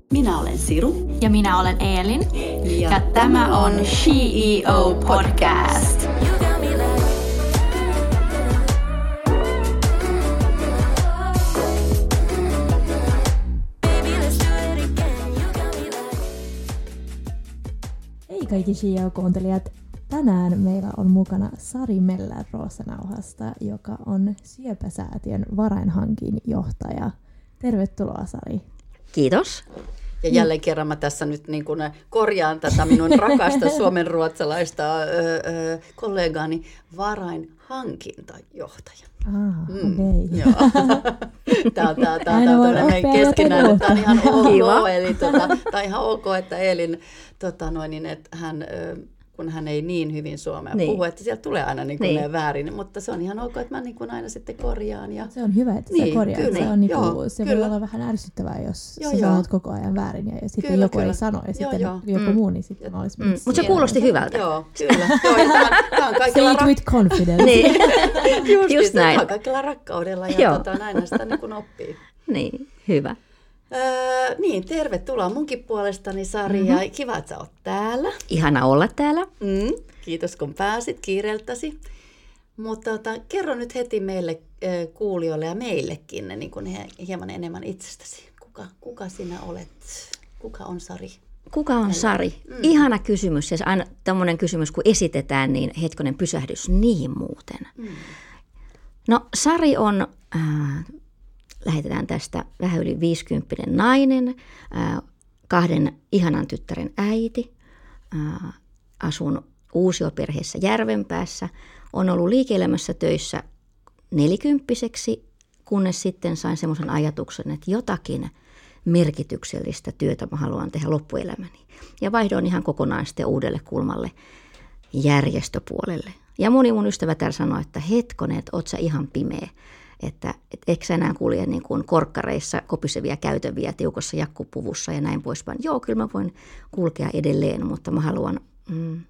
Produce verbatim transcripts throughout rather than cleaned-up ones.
Minä olen Siru. Ja minä olen Eelin. Ja, ja tämä on She E O Podcast. Hei kaikki She E O-kuuntelijat. Tänään meillä on mukana Sari Meller Roosanauhasta, joka on Syöpäsäätiön varainhankin johtaja. Tervetuloa, Sari. Kiitos. Ja jälleen kerran mä tässä nyt niin kuin korjaan tätä minun rakasta suomenruotsalaista öö, öö, kollegaani varainhankintajohtaja. Ah, mm, okei. Okay. Tämä on, tää, tää, tää on meidän keskinäinen, tämä on ihan ok, eli tota, tämä on ihan ok, että Eelin, tota noin, niin, että hän... Öö, kun hän ei niin hyvin suomea niin. puhu, että sieltä tulee aina niin kuin niin. väärin, mutta se on ihan ok, että mä niin kuin aina sitten korjaan. Ja... Se on hyvä, että niin, sä korjaat. kyllä, se on niin kuin, joo, se kyllä. voi olla vähän ärsyttävää, jos joo, sä joo. sanot koko ajan väärin ja, ja sitten kyllä, joku kyllä. ei sano ja sitten joo, joku joo. muu, niin sitten mä olisin... Mm. Mutta se kuulosti hyvältä. Joo, kyllä. Joo, tämä on kaikilla Say it with confidence. niin. Just, Just näin. Tämä on kaikilla rakkaudella ja tota, näin sitä niin kuin oppii. Niin, hyvä. Öö, niin, tervetuloa munkin puolestani, Sari, mm-hmm. ja kiva, että sä oot täällä. Ihana olla täällä. Mm, kiitos, kun pääsit kiireeltäsi. Mutta tota, kerro nyt heti meille äh, kuulijoille ja meillekin niin kun he, hieman enemmän itsestäsi. Kuka, kuka sinä olet? Kuka on Sari? Kuka on Sari? Mm. Ihana kysymys. Ja aina tämmöinen kysymys, kun esitetään, niin hetkonen pysähdys. Niin muuten. Mm. No, Sari on... Äh, Lähetetään tästä vähän yli viisikymppinen nainen, ää, kahden ihanan tyttären äiti, ää, asun uusioperheessä Järvenpäässä, on ollut liike-elämässä töissä nelikymppiseksi, kunnes sitten sain semmoisen ajatuksen, että jotakin merkityksellistä työtä mä haluan tehdä loppuelämäni. Ja vaihdoin ihan kokonaan sitten uudelle kulmalle järjestöpuolelle. Ja moni mun ystävä täällä sanoi, että hetkonen, että oot sä ihan pimeä. Että et, eikö sä enää kulje niin kuin korkkareissa kopisevia käytäviä tiukassa jakkupuvussa ja näin poispäin. Joo, kyllä mä voin kulkea edelleen, mutta mä haluan mm,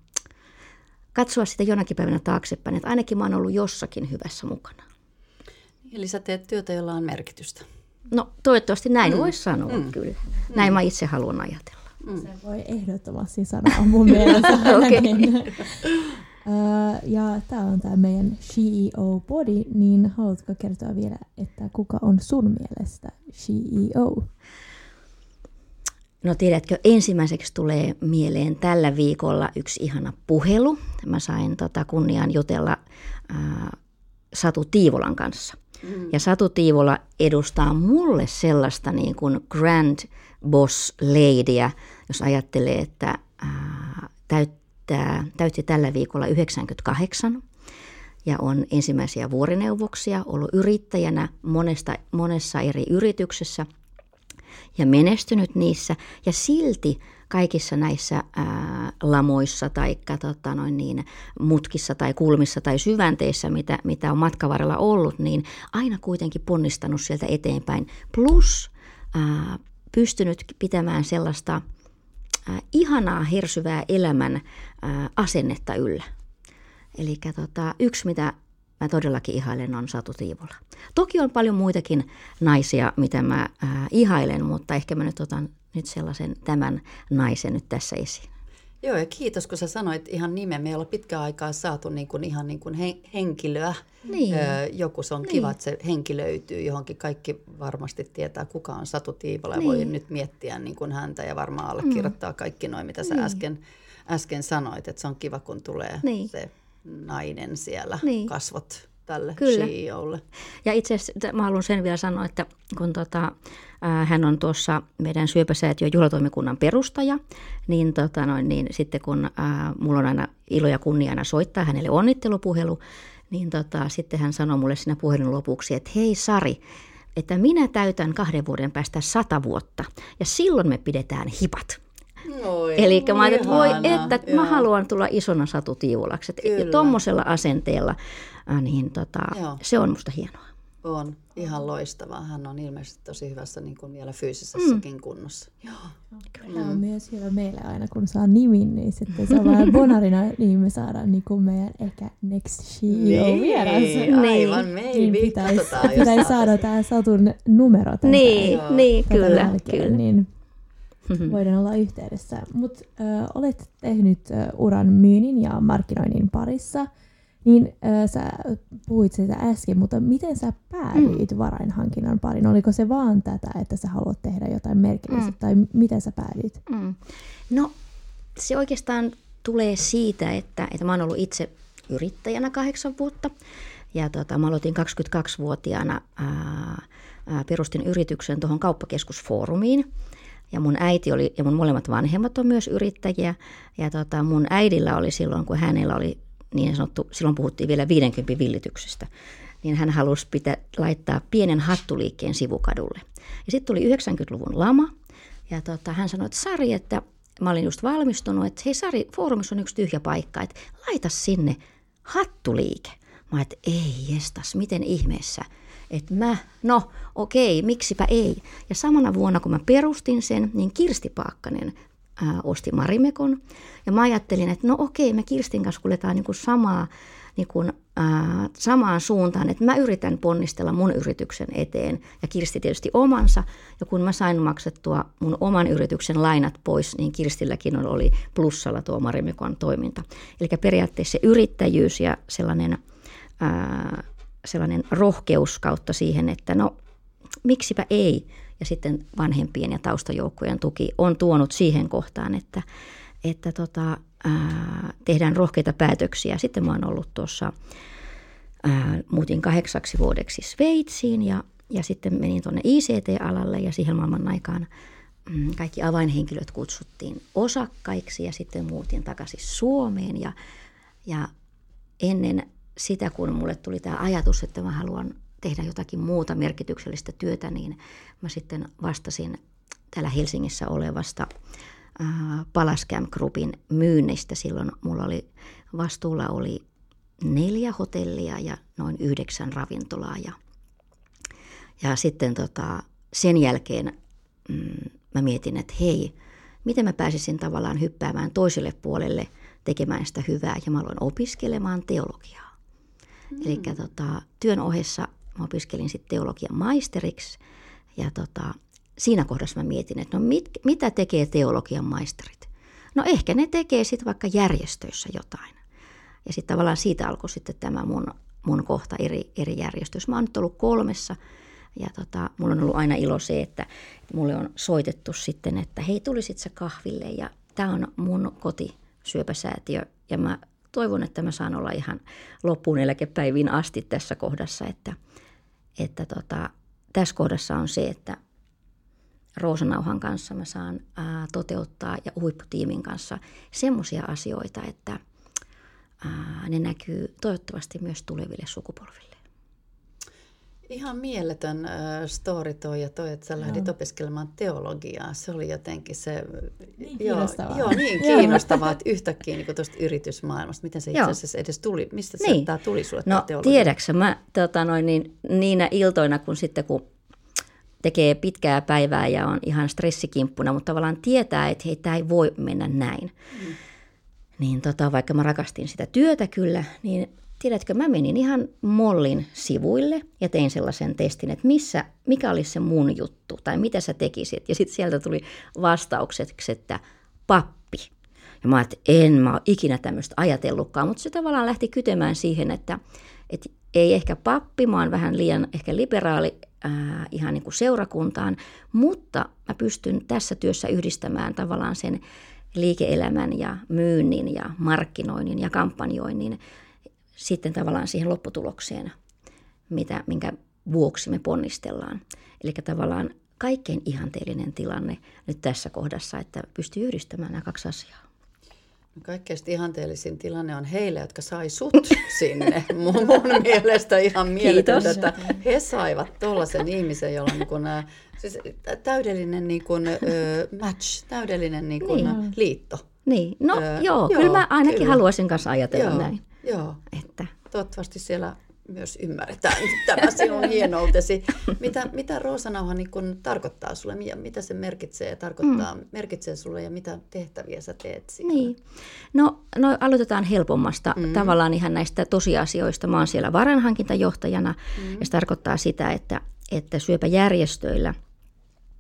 katsoa sitä jonakin päivänä taaksepäin, että ainakin mä oon ollut jossakin hyvässä mukana. Eli sä teet työtä, jolla on merkitystä. No toivottavasti näin mm. voisi sanoa mm. kyllä. Mm. Näin mä itse haluan ajatella. Mm. Se voi ehdottomasti sanoa mun mielestä. okay. Ja tämä on tämä meidän She E O Body, niin haluatko kertoa vielä, että kuka on sun mielestä She E O? No tiedätkö, ensimmäiseksi tulee mieleen tällä viikolla yksi ihana puhelu. Mä sain tota kunnian jutella ää, Satu Tiivolan kanssa. Mm. Ja Satu Tiivola edustaa mulle sellaista niin kuin grand boss ladyä, jos ajattelee, että ää, täyttää. Tämä täytti tällä viikolla yhdeksänkymmentäkahdeksan ja on ensimmäisiä vuorineuvoksia, ollut yrittäjänä monesta, monessa eri yrityksessä ja menestynyt niissä. Ja silti kaikissa näissä ää, lamoissa tai tota noin niin, mutkissa tai kulmissa tai syvänteissä, mitä, mitä on matkan varrella ollut, niin aina kuitenkin ponnistanut sieltä eteenpäin. Plus ää, pystynyt pitämään sellaista... Äh, ihanaa, hersyvää elämän äh, asennetta yllä. Eli tota, yksi, mitä mä todellakin ihailen, on Satu Tiivola. Toki on paljon muitakin naisia, mitä mä äh, ihailen, mutta ehkä mä nyt otan nyt sellaisen tämän naisen nyt tässä esiin. Joo, ja kiitos, kun sä sanoit ihan nimen. Me ei olla pitkään aikaa saatu niin kuin, ihan niin kuin henkilöä. Niin. Öö, joku, se on niin. kiva, että se henki löytyy johonkin. Kaikki varmasti tietää, kuka on Satu Tiivola. Niin. Voi nyt miettiä niin kuin häntä ja varmaan allekirjoittaa mm. kaikki noin, mitä sä niin. äsken, äsken sanoit. Että se on kiva, kun tulee niin. se nainen siellä, niin. kasvot tälle Kyllä. She E O:lle. Ja itse asiassa mä haluan sen vielä sanoa, että kun tota, äh, hän on tuossa meidän Syöpäsäätiön juhlatoimikunnan perustaja, niin, tota noin, niin sitten kun äh, mulla on aina ilo ja kunniana soittaa hänelle onnittelupuhelu, niin tota, sitten hän sanoi mulle siinä puhelun lopuksi, että hei Sari, että minä täytän kahden vuoden päästä sata vuotta ja silloin me pidetään hipat. Eli mä ajattelin, että voi, että joo. mä haluan tulla isona Satu Tiivolaksi. Ja tuommoisella asenteella, niin tota, se on musta hienoa. On, ihan loistavaa. Hän on ilmeisesti tosi hyvässä niin kuin vielä fyysisessäkin mm. kunnossa. Joo. Tämä on mm. myös hyvä meille aina, kun saa nimin, niin sitten se on vähän bonarina, niin me saadaan niin kuin meidän ehkä next She E O vieras. Aivan, maybe. Niin pitäisi, Katsotaan, pitäisi saada tämä Satun numero. Niin, niin kyllä, kyllä. Niin. voidaan olla yhteydessä. Mutta äh, olet tehnyt äh, uran myynnin ja markkinoinnin parissa, niin äh, sä puhuit siitä äsken, mutta miten sä päädyit mm. varainhankinnan pariin? Oliko se vaan tätä, että sä haluat tehdä jotain merkillistä, mm. tai miten sä päädyit? Mm. No se oikeastaan tulee siitä, että, että mä oon ollut itse yrittäjänä kahdeksan vuotta. Ja tota, mä aloitin kaksikymmentäkaksivuotiaana, ää, ää, perustin yrityksen tuohon kauppakeskusfoorumiin. Ja mun äiti oli, ja mun molemmat vanhemmat on myös yrittäjiä. Ja tota, mun äidillä oli silloin, kun hänellä oli niin sanottu, silloin puhuttiin vielä viidenkympin villityksestä, niin hän halusi pitää, laittaa pienen hattuliikkeen sivukadulle. Ja sitten tuli yhdeksänkymmentäluvun lama, ja tota, hän sanoi, että Sari, että mä olin just valmistunut, että hei Sari, foorumissa on yksi tyhjä paikka, että laita sinne hattuliike. Mä että ei jestas, miten ihmeessä, että mä, no okei, miksipä ei. Ja samana vuonna, kun mä perustin sen, niin Kirsti Paakkanen ää, osti Marimekon. Ja mä ajattelin, että no okei, me Kirstin kanssa kuljetaan niin kuin samaa, niin kuin, ää, samaan suuntaan, että mä yritän ponnistella mun yrityksen eteen ja Kirsti tietysti omansa. Ja kun mä sain maksettua mun oman yrityksen lainat pois, niin Kirstilläkin oli plussalla tuo Marimekon toiminta. Eli periaatteessa se yrittäjyys ja sellainen... Ää, sellainen rohkeus kautta siihen, että no miksipä ei. Ja sitten vanhempien ja taustajoukkojen tuki on tuonut siihen kohtaan, että, että tota, ää, tehdään rohkeita päätöksiä. Sitten mä oon ollut tuossa, ää, muutin kahdeksaksi vuodeksi Sveitsiin ja, ja sitten menin tuonne I C T-alalle ja siihen maailman aikaan mm, kaikki avainhenkilöt kutsuttiin osakkaiksi ja sitten muutin takaisin Suomeen ja, ja ennen sitä, kun mulle tuli tämä ajatus, että mä haluan tehdä jotakin muuta merkityksellistä työtä, niin mä sitten vastasin täällä Helsingissä olevasta äh, Palascam Groupin myynnistä. Silloin mulla oli vastuulla oli neljä hotellia ja noin yhdeksän ravintolaa. Ja, ja sitten tota, sen jälkeen mm, mä mietin, että hei, miten mä pääsisin tavallaan hyppäämään toiselle puolelle tekemään sitä hyvää. Ja mä aloin opiskelemaan teologiaa. Mm. Eli tota, työn ohessa mä opiskelin sitten teologian maisteriksi ja tota, siinä kohdassa mä mietin, että no mit, mitä tekee teologian maisterit? No ehkä ne tekee sitten vaikka järjestöissä jotain. Ja sitten tavallaan siitä alkoi sitten tämä mun, mun kohta eri, eri järjestöissä. Mä oon nyt ollut kolmessa ja tota, mulla on ollut aina ilo se, että mulle on soitettu sitten, että hei tulisit sä kahville ja tää on mun kotisyöpäsäätiö ja mä toivon, että mä saan olla ihan loppuun eläkepäiviin asti tässä kohdassa, että, että tota, tässä kohdassa on se, että Roosa Nauhan kanssa mä saan ää, toteuttaa ja huipputiimin kanssa semmoisia asioita, että ää, ne näkyy toivottavasti myös tuleville sukupolville. Ihan mieletön äh, story toi ja toi, että sä lähdit Joo. opiskelemaan teologiaa. Se oli jotenkin se... Niin kiinnostavaa. Joo, joo niin kiinnostavaa, että yhtäkkiä niin tuosta yritysmaailmasta. Miten se itse asiassa edes tuli? Mistä niin. tämä tuli sulle? No tiedäksä, mä tota, noin, niin, niinä iltoina, kun sitten kun tekee pitkää päivää ja on ihan stressikimppuna, mutta tavallaan tietää, että hei, tämä ei voi mennä näin. Mm. Niin tota, vaikka mä rakastin sitä työtä kyllä, niin... Tiedätkö, mä menin ihan Mollin sivuille ja tein sellaisen testin, että missä, mikä olisi se mun juttu tai mitä sä tekisit. Ja sitten sieltä tuli vastaukseksi, että pappi. Ja mä ajattelin, että en mä ole ikinä tämmöistä ajatellutkaan, mutta se tavallaan lähti kytemään siihen, että, että ei ehkä pappi, mä oon vähän liian ehkä liberaali ää, ihan niin kuin seurakuntaan, mutta mä pystyn tässä työssä yhdistämään tavallaan sen liike-elämän ja myynnin ja markkinoinnin ja kampanjoinnin sitten tavallaan siihen lopputulokseen, mitä, minkä vuoksi me ponnistellaan. Eli tavallaan kaikkein ihanteellinen tilanne nyt tässä kohdassa, että pystyy yhdistämään nämä kaksi asiaa. No kaikkein ihanteellisin tilanne on heille, jotka sai sut sinne. Mun, mun mielestä ihan mieletöntä, että he saivat tuollaisen ihmisen, jolla on niin kuin, siis täydellinen niin kuin, uh, match, täydellinen niin kuin, niin. liitto. Niin, no öö, joo, joo, kyllä mä ainakin kyllä. haluaisin kanssa ajatella joo, näin. Joo, että. Toivottavasti siellä myös ymmärretään tämä sinun hienoutesi. Mitä, mitä Roosa Nauha niin kun tarkoittaa sulle, mitä se merkitsee, tarkoittaa, mm. merkitsee sulle ja mitä tehtäviä sä teet siinä? Niin. No, no aloitetaan helpommasta, mm. tavallaan ihan näistä tosiasioista. Mä oon siellä varainhankintajohtajana mm. ja se tarkoittaa sitä, että, että syöpäjärjestöillä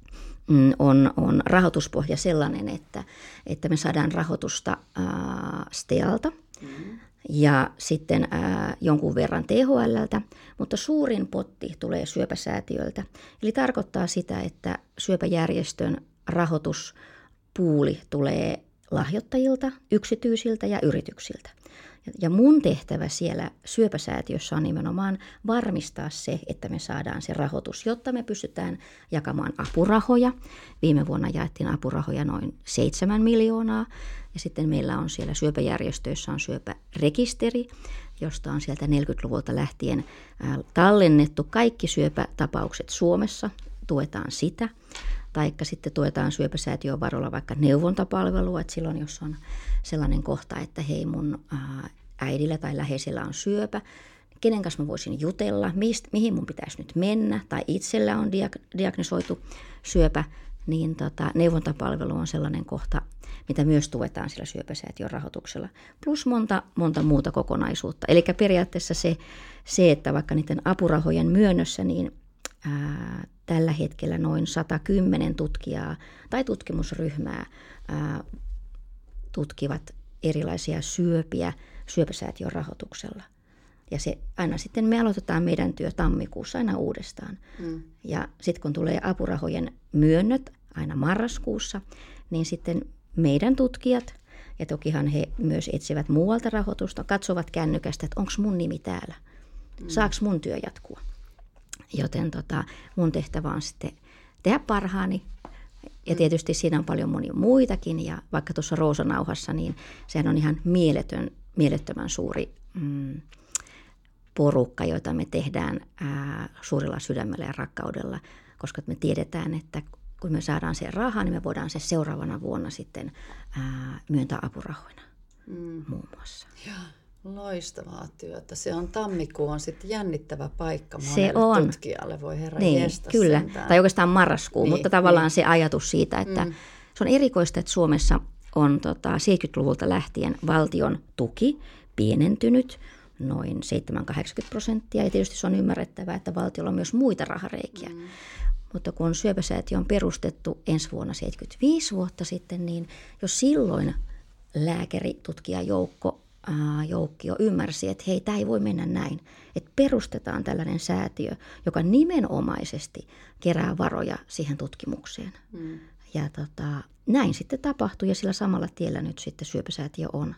on, on rahoituspohja sellainen, että, että me saadaan rahoitusta ää, STEAlta mm-hmm. ja sitten ää, jonkun verran T H L:ltä, mutta suurin potti tulee syöpäsäätiöltä. Eli tarkoittaa sitä, että syöpäjärjestön rahoituspuuli tulee lahjoittajilta, yksityisiltä ja yrityksiltä. Ja mun tehtävä siellä syöpäsäätiössä on nimenomaan varmistaa se, että me saadaan se rahoitus, jotta me pystytään jakamaan apurahoja. Viime vuonna jaettiin apurahoja noin seitsemän miljoonaa. Ja sitten meillä on siellä syöpäjärjestöissä on syöpärekisteri, josta on sieltä neljäkymmentäluvulta lähtien tallennettu kaikki syöpätapaukset Suomessa. Tuetaan sitä. Taikka sitten tuetaan syöpäsäätiön varoilla vaikka neuvontapalvelua, että silloin jos on sellainen kohta, että hei mun äidillä tai läheisellä on syöpä, kenen kanssa mä voisin jutella, mist, mihin mun pitäisi nyt mennä, tai itsellä on diag- diagnosoitu syöpä, niin tota, neuvontapalvelu on sellainen kohta, mitä myös tuetaan sillä syöpäsäätiön rahoituksella, plus monta, monta muuta kokonaisuutta. Eli periaatteessa se, se, että vaikka niiden apurahojen myönnössä, niin ää, tällä hetkellä noin sata kymmenen tutkijaa tai tutkimusryhmää ää, tutkivat erilaisia syöpiä syöpäsäätiön rahoituksella. Ja se aina sitten me aloitetaan meidän työ tammikuussa aina uudestaan. Mm. Ja sitten kun tulee apurahojen myönnöt aina marraskuussa, niin sitten meidän tutkijat, ja tokihan he myös etsivät muualta rahoitusta, katsovat kännykästä, että onko mun nimi täällä, mm. saako mun työ jatkua. Joten tota, mun tehtävä on sitten tehdä parhaani. Ja tietysti siinä on paljon monia muitakin. Ja vaikka tuossa Roosanauhassa, niin sehän on ihan mieletön, mielettömän suuri mm, porukka, jota me tehdään ää, suurella sydämellä ja rakkaudella. Koska me tiedetään, että kun me saadaan se rahaa, niin me voidaan se seuraavana vuonna sitten ää, myöntää apurahoina mm. muun muassa. Ja. Loistavaa työtä. Se on tammikuu on sitten jännittävä paikka monelle se on. tutkijalle. Voi herra niin, jestas kyllä. Sentään. Tai oikeastaan marraskuu, niin, mutta tavallaan niin. se ajatus siitä, että mm. se on erikoista, että Suomessa on tota, seitsemänkymmentäluvulta lähtien valtion tuki pienentynyt noin seitsemän kahdeksankymmentä prosenttia. Ja tietysti se on ymmärrettävää, että valtiolla on myös muita rahareikiä. Mm. Mutta kun syöpäsäätiö on perustettu ensi vuonna seitsemänkymmentäviisi vuotta sitten, niin jo silloin lääkäritutkijajoukko joukkio ymmärsi, että hei, tämä ei voi mennä näin. Että perustetaan tällainen säätiö, joka nimenomaisesti kerää varoja siihen tutkimukseen. Mm. Ja tota, näin sitten tapahtui ja sillä samalla tiellä nyt sitten syöpäsäätiö on.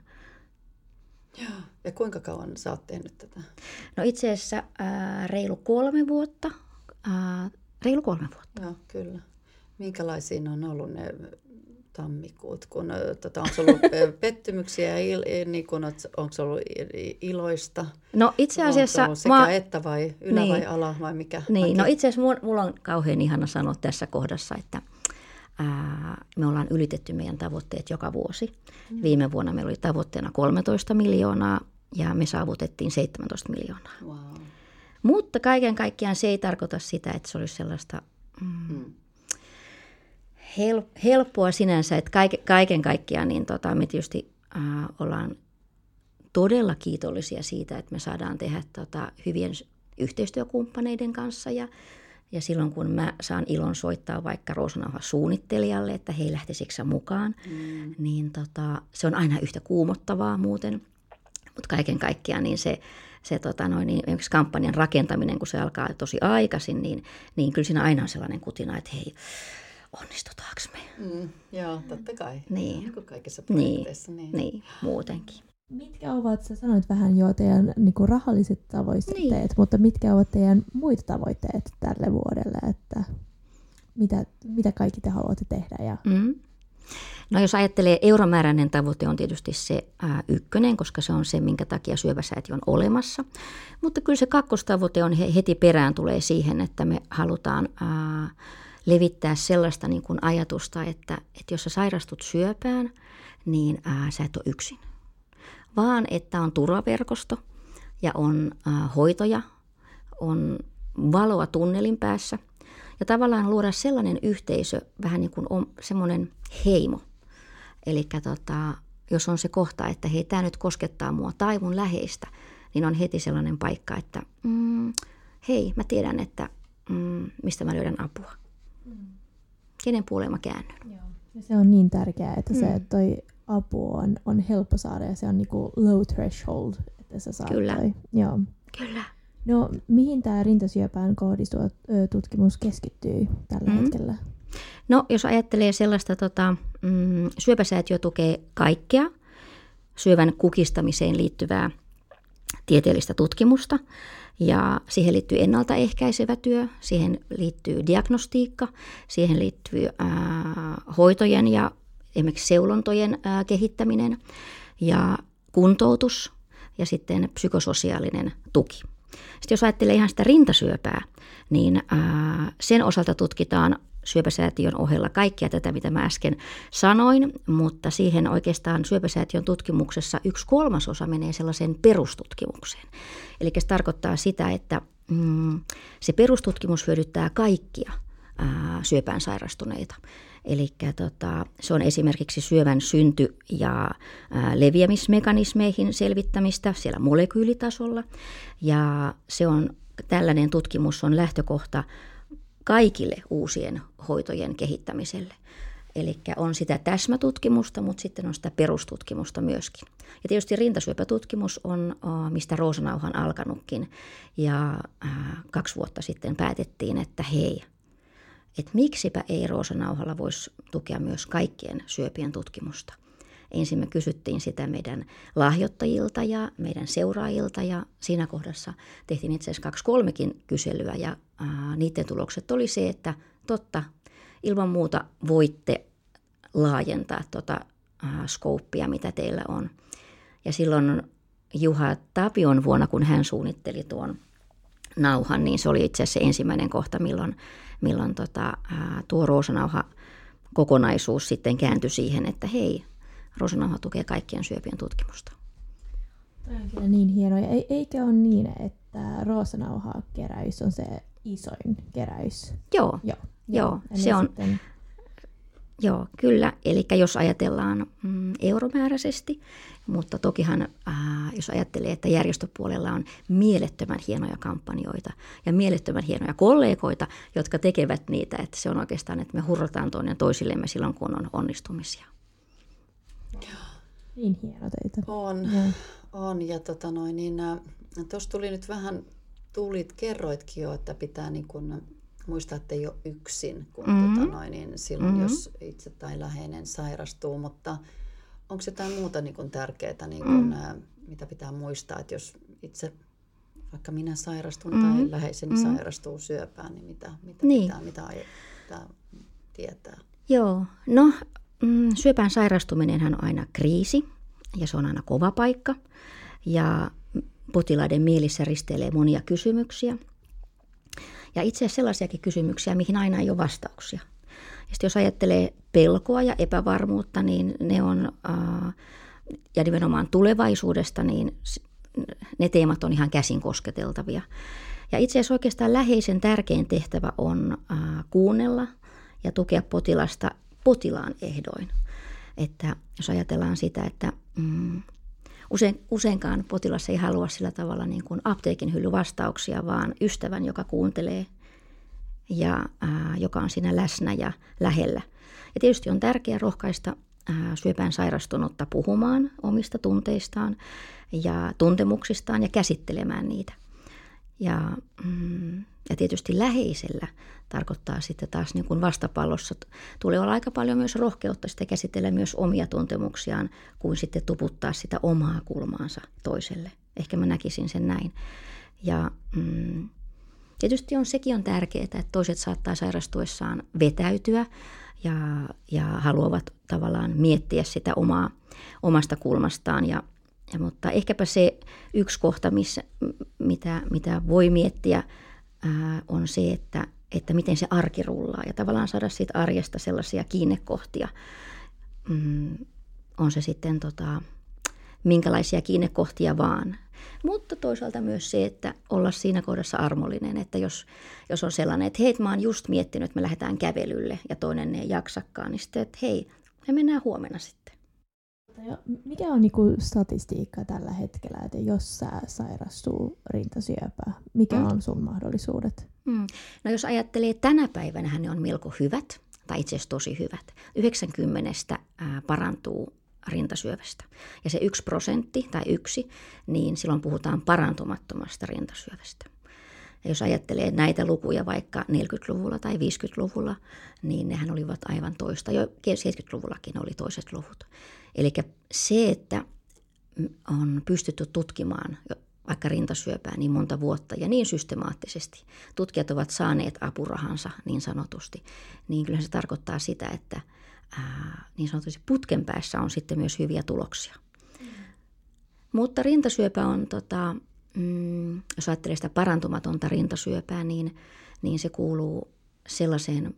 Joo. Ja kuinka kauan sä oot tehnyt tätä? No itse asiassa ää, reilu kolme vuotta. Ää, reilu kolme vuotta. Joo, kyllä. Minkälaisia on ollut ne tammikuut, kun tota, onko ollut pettymyksiä, il, niin kun, onko ollut iloista? No itse asiassa... Onko sekä mä... että vai ylä niin, vai ala vai mikä? Niin, no itse asiassa mulla on kauhean ihana sanoa tässä kohdassa, että ää, me ollaan ylitetty meidän tavoitteet joka vuosi. Mm. Viime vuonna meillä oli tavoitteena kolmetoista miljoonaa ja me saavutettiin seitsemäntoista miljoonaa. Wow. Mutta kaiken kaikkiaan se ei tarkoita sitä, että se olisi sellaista... Mm, mm. helppoa sinänsä, että kaiken kaikkiaan niin tota, me tietysti äh, ollaan todella kiitollisia siitä, että me saadaan tehdä tota, hyvien yhteistyökumppaneiden kanssa ja, ja silloin kun mä saan ilon soittaa vaikka Roosanauhan suunnittelijalle, että hei lähtisikö mukaan, mm. niin tota, se on aina yhtä kuumottavaa muuten, mutta kaiken kaikkiaan niin se Se tota, noin, niin, kampanjan rakentaminen, kun se alkaa tosi aikaisin, niin, niin kyllä siinä aina on sellainen kutina, että hei, onnistutaanko me? Mm, joo, totta kai. Niin. Niin kuin kaikissa projekteissa. Niin, niin. niin, muutenkin. Mitkä ovat, sä sanoit vähän jo teidän niin kuin rahalliset tavoitteet, niin. mutta mitkä ovat teidän muita tavoitteet tälle vuodelle, että mitä, mitä kaikki te haluatte tehdä? Ja... Mm. No jos ajattelee, euromääräinen tavoite on tietysti se ää, ykkönen, koska se on se, minkä takia syöpäsäätiö on olemassa. Mutta kyllä se kakkostavoite on heti perään tulee siihen, että me halutaan ää, levittää sellaista niin kuin ajatusta, että, että jos sä sairastut syöpään, niin ää, sä et ole yksin. Vaan että on turvaverkosto ja on ää, hoitoja, on valoa tunnelin päässä. Ja tavallaan luoda sellainen yhteisö, vähän niin kuin on semmoinen heimo. Eli tota, jos on se kohta, että hei, tämä nyt koskettaa mua tai mun läheistä, niin on heti sellainen paikka, että mm, hei, mä tiedän, että mm, mistä mä löydän apua. Mm. kenen puoleen mä käännyn. Joo. Ja se on niin tärkeää, että mm. se toi apu on, on helppo saada ja se on niinku low threshold, että sä saat Kyllä. toi. Joo. Kyllä. No, mihin tämä rintasyöpään kohdistuva tutkimus keskittyy tällä mm. hetkellä? No, jos ajattelee sellaista, tota, mm, syöpäsäätiö tukee kaikkea syövän kukistamiseen liittyvää tieteellistä tutkimusta. Ja siihen liittyy ennaltaehkäisevä työ, siihen liittyy diagnostiikka, siihen liittyy ää, hoitojen ja esimerkiksi seulontojen ää, kehittäminen ja kuntoutus ja sitten psykososiaalinen tuki. Sitten jos ajattelee ihan sitä rintasyöpää, niin ää, sen osalta tutkitaan Syöpäsäätiön ohella kaikkea tätä, mitä mä äsken sanoin, mutta siihen oikeastaan Syöpäsäätiön tutkimuksessa yksi kolmasosa menee sellaiseen perustutkimukseen. Eli se tarkoittaa sitä, että mm, se perustutkimus hyödyttää kaikkia ää, syöpään sairastuneita. Eli tota, se on esimerkiksi syövän synty- ja ää, leviämismekanismeihin selvittämistä siellä molekyylitasolla. Ja se on, tällainen tutkimus on lähtökohta kaikille uusien hoitojen kehittämiselle. Eli on sitä täsmätutkimusta, mutta sitten on sitä perustutkimusta myöskin. Ja tietysti rintasyöpätutkimus on, mistä Roosanauha on alkanutkin. Ja kaksi vuotta sitten päätettiin, että hei, että miksipä ei Roosanauhalla voisi tukea myös kaikkien syöpien tutkimusta. Ensin me kysyttiin sitä meidän lahjoittajilta ja meidän seuraajilta ja siinä kohdassa tehtiin itse asiassa kaksi kolmekin kyselyä ja ää, niiden tulokset oli se, että totta, ilman muuta voitte laajentaa tuota ää, skouppia, mitä teillä on. Ja silloin Juha Tapion vuonna, kun hän suunnitteli tuon nauhan, niin se oli itse asiassa ensimmäinen kohta, milloin, milloin tota, ää, tuo Roosanauha kokonaisuus sitten kääntyi siihen, että hei, Roosanauha tukee kaikkien syöpien tutkimusta. Tämä on kyllä niin hienoa. Eikö ole niin, että Roosanauha-keräys on se isoin keräys? Joo, joo, joo se on. Sitten... Joo, kyllä. Eli jos ajatellaan mm, euromääräisesti, mutta tokihan äh, jos ajattelee, että järjestöpuolella on mielettömän hienoja kampanjoita ja mielettömän hienoja kollegoita, jotka tekevät niitä, että se on oikeastaan, että me hurrataan toinen toisillemme silloin, kun on onnistumisia. Niin hieno teitä. On, ja. on. Ja tota noin, niin, tuossa tuli nyt vähän, tulit, kerroitkin jo, että pitää niin kun muistaa, että ei ole yksin, kun mm-hmm. tota noin, niin silloin, mm-hmm. jos itse tai läheinen sairastuu, mutta onko jotain muuta niin kun tärkeää, niin kun, mm. ä, mitä pitää muistaa, että jos itse, vaikka minä sairastun mm-hmm. tai läheiseni mm-hmm. sairastuu syöpään, niin mitä, mitä niin. pitää, mitä pitää tietää? Joo, no mm, syöpään sairastuminenhan on aina kriisi ja se on aina kova paikka ja potilaiden mielissä risteilee monia kysymyksiä. Ja itse asiassa sellaisiakin kysymyksiä, mihin aina ei ole vastauksia. Ja sitten jos ajattelee pelkoa ja epävarmuutta, niin ne on, ää, ja nimenomaan tulevaisuudesta, niin ne teemat on ihan käsin kosketeltavia. Ja itse asiassa oikeastaan läheisen tärkein tehtävä on ää, kuunnella ja tukea potilasta potilaan ehdoin. Että jos ajatellaan sitä, että mm, usein, useinkaan potilas ei halua sillä tavalla niin kuin apteekin hyllyvastauksia, vaan ystävän, joka kuuntelee ja ää, joka on siinä läsnä ja lähellä. Ja tietysti on tärkeää rohkaista ää, syöpään sairastunutta puhumaan omista tunteistaan ja tuntemuksistaan ja käsittelemään niitä. Ja, mm, ja tietysti läheisellä tarkoittaa sitten taas niin kuin vastapallossa. Tulee olla aika paljon myös rohkeutta sitten käsitellä myös omia tuntemuksiaan, kuin sitten tuputtaa sitä omaa kulmaansa toiselle. Ehkä mä näkisin sen näin. Ja mm, tietysti on, sekin on tärkeää, että toiset saattaa sairastuessaan vetäytyä ja, ja haluavat tavallaan miettiä sitä omaa, omasta kulmastaan ja Ja, mutta ehkäpä se yksi kohta, missä, mitä, mitä voi miettiä, ää, on se, että, että miten se arki rullaa ja tavallaan saada siitä arjesta sellaisia kiinnekohtia. Mm, on se sitten tota, minkälaisia kiinnekohtia vaan. Mutta toisaalta myös se, että olla siinä kohdassa armollinen, että jos, jos on sellainen, että hei, mä oon just miettinyt, että me lähdetään kävelylle ja toinen ei jaksakaan, niin sitten, että hei, me mennään huomenna sitten. Mikä on niinku statistiikka tällä hetkellä, että jos sä sairastuu rintasyöpää, mikä mm. on sun mahdollisuudet? Mm. No jos ajattelee tänä päivänä, ne on melko hyvät. tai itse asiassa tosi hyvät. yhdeksänkymmentä parantuu rintasyövästä. Ja se yksi prosentti tai yksi, niin silloin puhutaan parantumattomasta rintasyövästä. Ja jos ajattelee näitä lukuja vaikka neljäkymmentäluvulla tai viisikymmentäluvulla, niin nehän olivat aivan toista. Jo seitsemänkymmentäluvullakin oli toiset luvut. Eli se, että on pystytty tutkimaan vaikka rintasyöpää niin monta vuotta ja niin systemaattisesti, tutkijat ovat saaneet apurahansa niin sanotusti, niin kyllä se tarkoittaa sitä, että ää, niin sanotusti putken päässä on sitten myös hyviä tuloksia. Mm. Mutta rintasyöpä on, tota, mm, jos ajattelee sitä parantumatonta rintasyöpää, niin, niin se kuuluu sellaiseen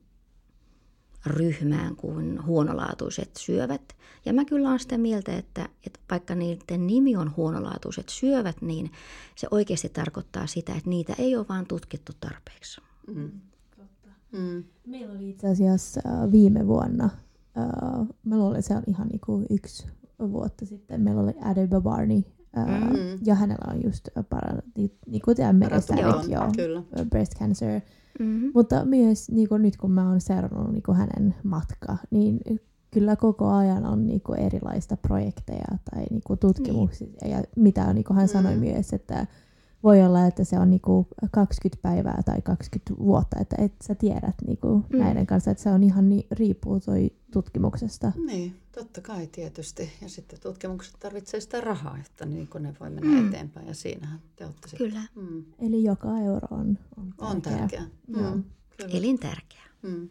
ryhmään kuin huonolaatuiset syövät. Ja mä kyllä olen sitä mieltä, että, että vaikka niiden nimi on huonolaatuiset syövät, niin se oikeasti tarkoittaa sitä, että niitä ei ole vaan tutkittu tarpeeksi. Mm. Totta. Mm. Meillä oli itse asiassa viime vuonna, äh, mä luulen, että se on ihan niinku yksi vuotta sitten, meillä oli Ade Babarni, äh, mm-hmm. ja hänellä on just parannut, niin kuin tämä merisärik, joo, breast cancer. Mm-hmm. Mutta myös niin kuin nyt kun mä oon seurannut niin kuin hänen matkaa, niin kyllä koko ajan on niin kuin erilaista projekteja tai niin kuin tutkimuksia. Niin. Ja mitä niin kuin hän sanoi mm-hmm. myös, että voi olla, että se on niin kuin kaksikymmentä päivää tai kaksikymmentä vuotta, että et sä tiedät niin kuin mm. näiden kanssa, että se on ihan niin, riippuu toi tutkimuksesta. Niin, totta kai tietysti. Ja sitten tutkimukset tarvitsee sitä rahaa, että niin kuin ne voi mennä mm. eteenpäin ja siinähän te olette sitten. Kyllä. Mm. Eli joka euro on, on tärkeä. On tärkeä, mm. joo. Elintärkeä. Mm.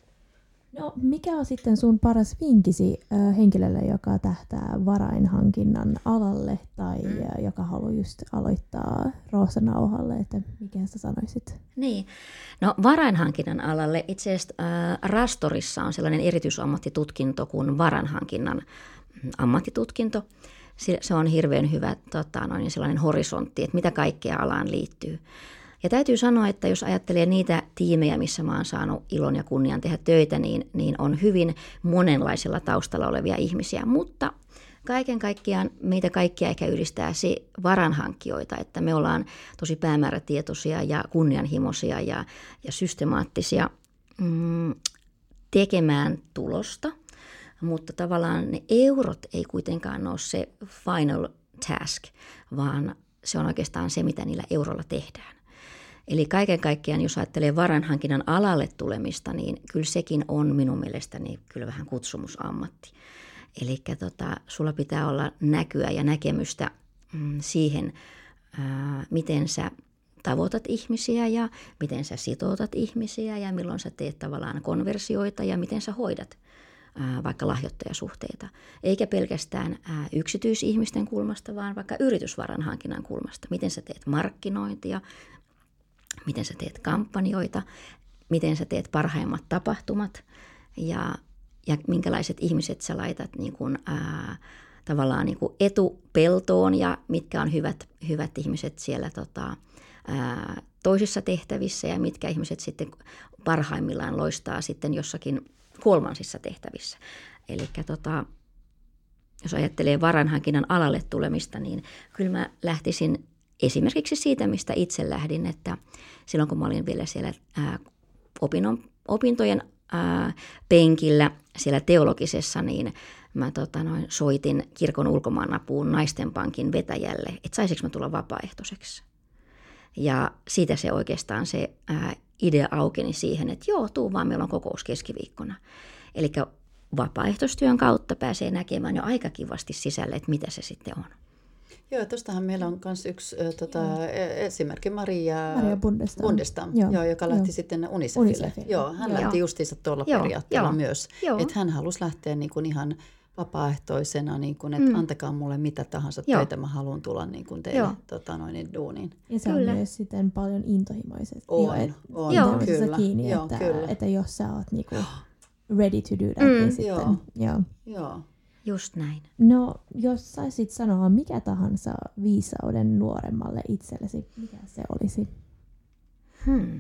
No, mikä on sitten sun paras vinkisi äh, henkilölle, joka tähtää varainhankinnan alalle tai mm. äh, joka haluaa just aloittaa roosanauhalle, että mikä sä sanoisit? Niin, no varainhankinnan alalle itse asiassa äh, Rastorissa on sellainen erityisammattitutkinto kuin varainhankinnan ammattitutkinto. Se on hirveän hyvä tota, no niin sellainen horisontti, että mitä kaikkea alaan liittyy. Ja täytyy sanoa, että jos ajattelee niitä tiimejä, missä mä oon saanut ilon ja kunnian tehdä töitä, niin, niin on hyvin monenlaisella taustalla olevia ihmisiä. Mutta kaiken kaikkiaan meitä kaikkia ehkä yhdistää se varanhankkijoita, että me ollaan tosi päämäärätietoisia ja kunnianhimoisia ja, ja systemaattisia mm, tekemään tulosta. Mutta tavallaan ne eurot ei kuitenkaan ole se final task, vaan se on oikeastaan se, mitä niillä eurolla tehdään. Eli kaiken kaikkiaan, jos ajattelee varainhankinnan alalle tulemista, niin kyllä sekin on minun mielestäni kyllä vähän kutsumusammatti. Eli tota, sulla pitää olla näkyä ja näkemystä mm, siihen, ää, miten sä tavoitat ihmisiä ja miten sä sitoutat ihmisiä ja milloin sä teet tavallaan konversioita ja miten sä hoidat ää, vaikka lahjoittajasuhteita. Eikä pelkästään ää, yksityisihmisten kulmasta, vaan vaikka yritysvarainhankinnan kulmasta. Miten sä teet markkinointia, miten sä teet kampanjoita, miten sä teet parhaimmat tapahtumat ja, ja minkälaiset ihmiset sä laitat niin kuin, ää, tavallaan niin kuin etupeltoon ja mitkä on hyvät, hyvät ihmiset siellä tota, ää, toisissa tehtävissä ja mitkä ihmiset sitten parhaimmillaan loistaa sitten jossakin kolmansissa tehtävissä. Eli tota, jos ajattelee varainhankinnan alalle tulemista, niin kyllä mä lähtisin esimerkiksi siitä, mistä itse lähdin, että silloin kun mä olin vielä siellä ää, opinnon, opintojen ää, penkillä siellä teologisessa, niin mä tota, noin, soitin kirkon ulkomaanapuun naisten pankin vetäjälle, että saisinko mä tulla vapaaehtoiseksi. Ja siitä se oikeastaan se ää, idea aukeni siihen, että joo, tuu vaan, meillä on kokous keskiviikkona. Eli vapaaehtoistyön kautta pääsee näkemään jo aika kivasti sisälle, että mitä se sitten on. Joo, tuostahan meillä on myös yksi äh, tota, esimerkki, Maria, Maria Bundestam, Bundestam joo, joo, joka lähti joo. sitten Unicefille. Unicefille. Joo, hän joo. lähti justiinsa tuolla joo. periaatteella joo. myös. Että hän halusi lähteä niin kuin ihan vapaaehtoisena, niin kuin, että mm. antakaa mulle mitä tahansa joo. töitä, mä haluan tulla niin kuin teille tota, noin, duuniin. Ja se kyllä. on myös sitten paljon intohimoiset. On, jo, et, on, joo. kyllä. Kiinni, joo, että, kyllä. että jos sä oot niinku ready to do that, mm. niin sitten, joo. joo. joo. Just näin. No, jos saisit sanoa mikä tahansa viisauden nuoremmalle itsellesi, mikä se olisi? Hmm.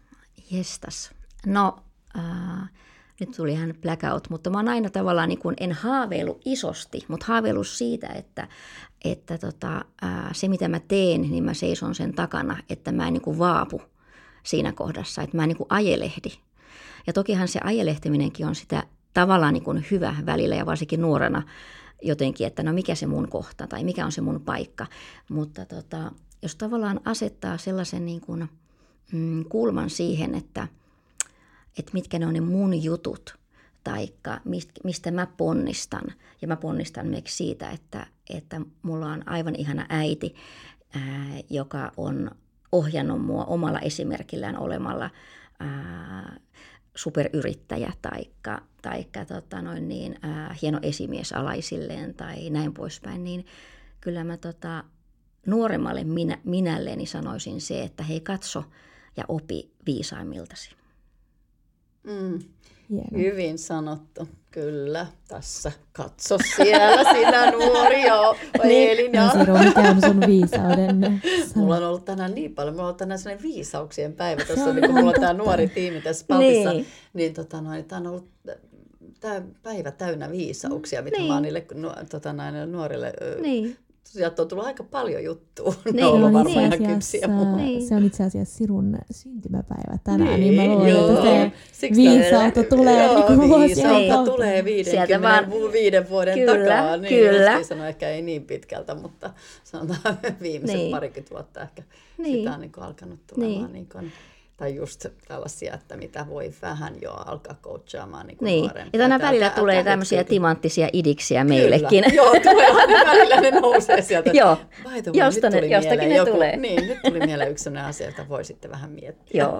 Jestas. No, äh, nyt tuli ihan blackout, mutta mä oon aina tavallaan, niin kun en haaveilu isosti, mutta haaveilu siitä, että, että tota, äh, se mitä mä teen, niin mä seison sen takana, että mä en niin kuin vaapu siinä kohdassa, että mä en niin kuin ajelehdi. Ja tokihan se ajelehtiminenkin on sitä tavallaan niin kuin hyvä välillä ja varsinkin nuorena jotenkin, että no mikä se mun kohta tai mikä on se mun paikka. Mutta tota, jos tavallaan asettaa sellaisen niin kuin, mm, kulman siihen, että, että mitkä ne on ne mun jutut, taikka mistä mä ponnistan. Ja mä ponnistan myös siitä, että, että mulla on aivan ihana äiti, ää, joka on ohjannut mua omalla esimerkillään olemalla ää, superyrittäjä taikka, taikka tota noin niin, ää, hieno esimies alaisilleen tai näin poispäin. Niin kyllä mä tota, nuoremmalle minä, minälleni sanoisin se, että hei katso ja opi viisaimmiltasi. Mm. Hyvin sanottu, kyllä. Tässä, katso siellä, sinä nuori, joo. Niin, no Siru, mikä on sun viisauden? Mulla on ollut tänään niin paljon, mulla on ollut tänään sellainen viisauksien päivä, tuossa niin kun mulla on tämä nuori tiimi tässä Paltissa, niin, niin tota noin, tämä on ollut tämä päivä täynnä viisauksia, mitä niin. mä oon niille nu, tota, näille nuorille... Niin. Sieltä on tullut aika paljon juttua. Niin, ne on varmaan ihan kypsiä. Niin. Se on itse asiassa Sirun syntymäpäivä tänään, niin, niin mä luulen, että se Siksi viisautta tulee joo, niin viisautta tulee viidenkymmenen vuoden kyllä, takaa. Niin, kyllä. Sanoa ehkä ei niin pitkältä, mutta sanotaan viimeiset niin. parikymmentä vuotta ehkä niin. sitä on niin alkanut tulemaan. Niin. Niin kuin, tai just tällaisia, että mitä voi vähän jo alkaa coachaamaan niin niin. nuorempia. Ja tänä välillä tulee tä, tämmöisiä tä, timanttisia idiksiä meillekin. Kyllä, joo, tulee aina välillä ne nousee sieltä. Joo, josta ne, jostakin ne joku, tulee. Niin, nyt tuli mieleen yksi sellainen asia, jota voi sitten vähän miettiä. Joo.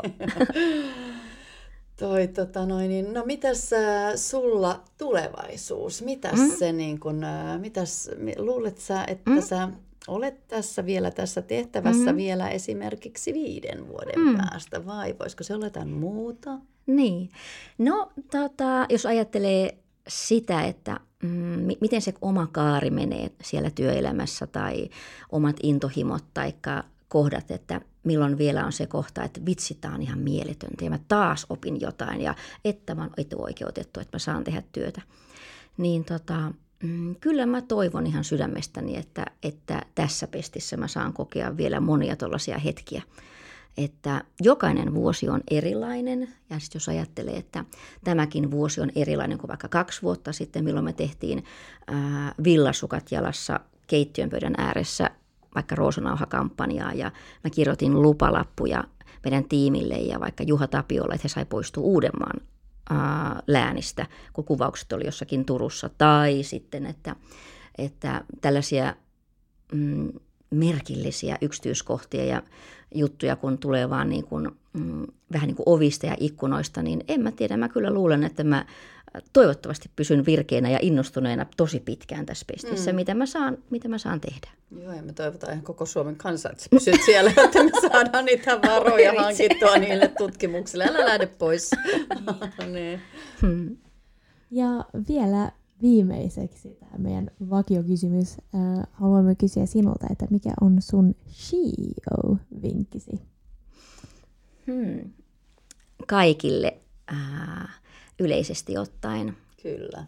Toi, tota noin, niin, no mitäs äh, sulla tulevaisuus? Mitäs mm. se niin kun, äh, mitäs, luulet sä, että mm. sä olet tässä vielä tässä tehtävässä mm-hmm. vielä esimerkiksi viiden vuoden mm. päästä, vai voisiko se olla jotain muuta? Niin. No, tota, jos ajattelee sitä, että mm, miten se oma kaari menee siellä työelämässä tai omat intohimot tai kohdat, että milloin vielä on se kohta, että vitsi, tää on ihan mieletöntä ja mä taas opin jotain ja että mä oon etuoikeutettu, että mä saan tehdä työtä. Niin tota... Kyllä mä toivon ihan sydämestäni, että, että tässä pestissä mä saan kokea vielä monia tuollaisia hetkiä. Että jokainen vuosi on erilainen ja sitten jos ajattelee, että tämäkin vuosi on erilainen kuin vaikka kaksi vuotta sitten, milloin me tehtiin ää, villasukat jalassa keittiönpöydän ääressä vaikka Roosanauha-kampanjaa ja mä kirjoitin lupalappuja meidän tiimille ja vaikka Juha Tapiolla, että he sai poistua Uudenmaan läänistä, kun kuvaukset oli jossakin Turussa, tai sitten, että, että tällaisia mm, merkillisiä yksityiskohtia ja juttuja, kun tulee vaan niin kuin, mm, vähän niin kuin ovista ja ikkunoista, niin en mä tiedä, mä kyllä luulen, että mä toivottavasti pysyn virkeänä ja innostuneena tosi pitkään tässä pestissä, mm. mitä, mä saan, mitä mä saan tehdä. Joo, ja me toivotaan ihan koko Suomen kanssa, että sä pysyt siellä, että me saadaan niitä varoja hankittua niille tutkimuksille. Älä lähde pois. niin. hmm. Ja vielä viimeiseksi tämä meidän vakiokysymys. Äh, haluamme kysyä sinulta, että mikä on sun C E O-vinkkisi? Hmm. Kaikille äh, yleisesti ottaen. Kyllä.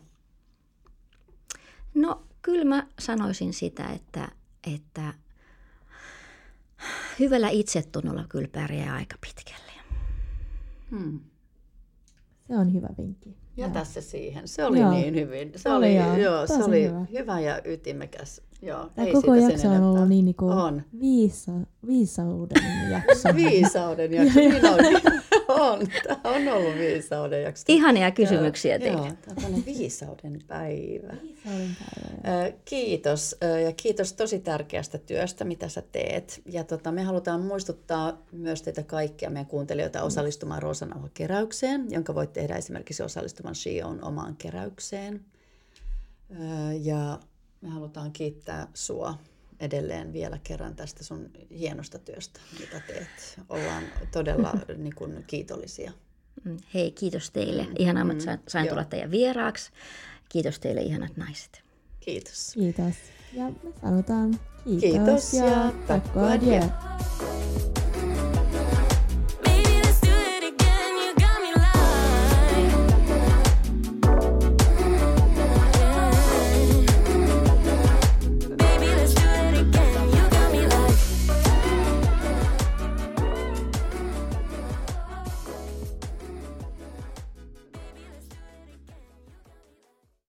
No, kyllä mä sanoisin sitä, että, että hyvällä itsetunnolla kyllä pärjää aika pitkälle. Hmm. Se on hyvä vinkki. Jätä se siihen. Se oli joo. niin hyvin. Se oli, joo, joo, se oli hyvä. hyvä ja ytimekäs. Joo, tämä koko jakso on ollut niin, niin kuin on. Viisa, viisauden jakso. Viisauden jakso. Niin on. on. Tämä on ollut viisauden jakso. Ihania kysymyksiä ja, teille. Joo, tämä on viisauden päivä. Viisauden päivä. Kiitos. Ja kiitos tosi tärkeästä työstä, mitä sä teet. Ja tota, me halutaan muistuttaa myös teitä kaikkia meidän kuuntelijoita osallistumaan Roosanauha-keräykseen, jonka voit tehdä esimerkiksi osallistumaan S H I O:n omaan keräykseen. Ja me halutaan kiittää sua edelleen vielä kerran tästä sun hienosta työstä, mitä teet. Ollaan todella niin kuin, kiitollisia. Hei, kiitos teille. Ihanaa, mm, että sain joo. tulla teidän vieraaksi. Kiitos teille, ihanat naiset. Kiitos. Kiitos. Ja me sanotaan kiitos, kiitos ja, ja takko adieu.